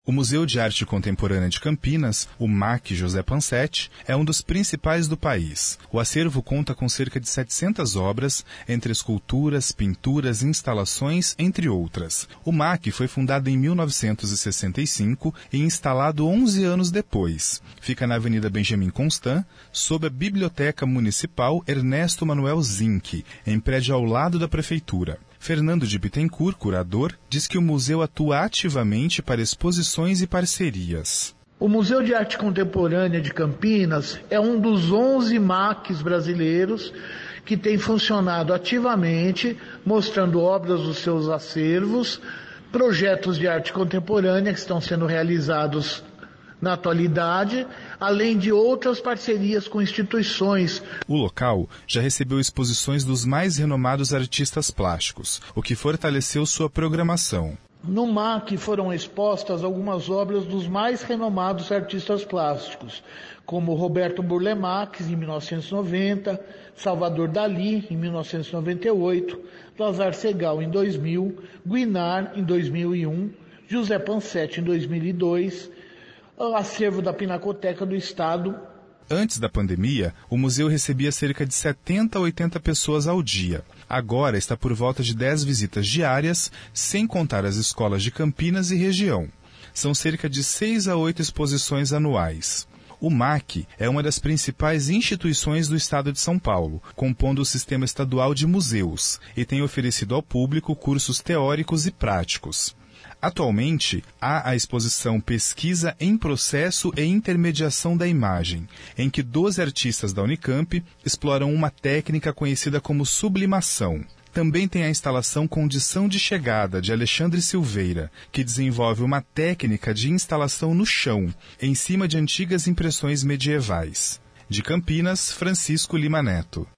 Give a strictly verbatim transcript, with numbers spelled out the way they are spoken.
O Museu de Arte Contemporânea de Campinas, o M A C José Pansetti, é um dos principais do país. O acervo conta com cerca de setecentas obras, entre esculturas, pinturas, instalações, entre outras. O M A C foi fundado em mil novecentos e sessenta e cinco e instalado onze anos depois. Fica na Avenida Benjamin Constant, sob a Biblioteca Municipal Ernesto Manuel Zinck, em prédio ao lado da Prefeitura. Fernando de Bittencourt, curador, diz que o museu atua ativamente para exposições e parcerias. O Museu de Arte Contemporânea de Campinas é um dos onze M A Cs brasileiros que tem funcionado ativamente, mostrando obras dos seus acervos, projetos de arte contemporânea que estão sendo realizados na atualidade, além de outras parcerias com instituições. O local já recebeu exposições dos mais renomados artistas plásticos, o que fortaleceu sua programação. No M A C foram expostas algumas obras dos mais renomados artistas plásticos, como Roberto Burle Marx, em mil novecentos e noventa, Salvador Dalí, em mil novecentos e noventa e oito, Lazar Segal, em dois mil, Guinar, em dois mil e um, José Pansetti, em dois mil e dois, o acervo da Pinacoteca do Estado. Antes da pandemia, o museu recebia cerca de setenta a oitenta pessoas ao dia. Agora está por volta de dez visitas diárias, sem contar as escolas de Campinas e região. São cerca de seis a oito exposições anuais. O M A C é uma das principais instituições do estado de São Paulo, compondo o sistema estadual de museus, e tem oferecido ao público cursos teóricos e práticos. Atualmente, há a exposição Pesquisa em Processo e Intermediação da Imagem, em que doze artistas da Unicamp exploram uma técnica conhecida como sublimação. Também tem a instalação Condição de Chegada, de Alexandre Silveira, que desenvolve uma técnica de instalação no chão, em cima de antigas impressões medievais. De Campinas, Francisco Lima Neto.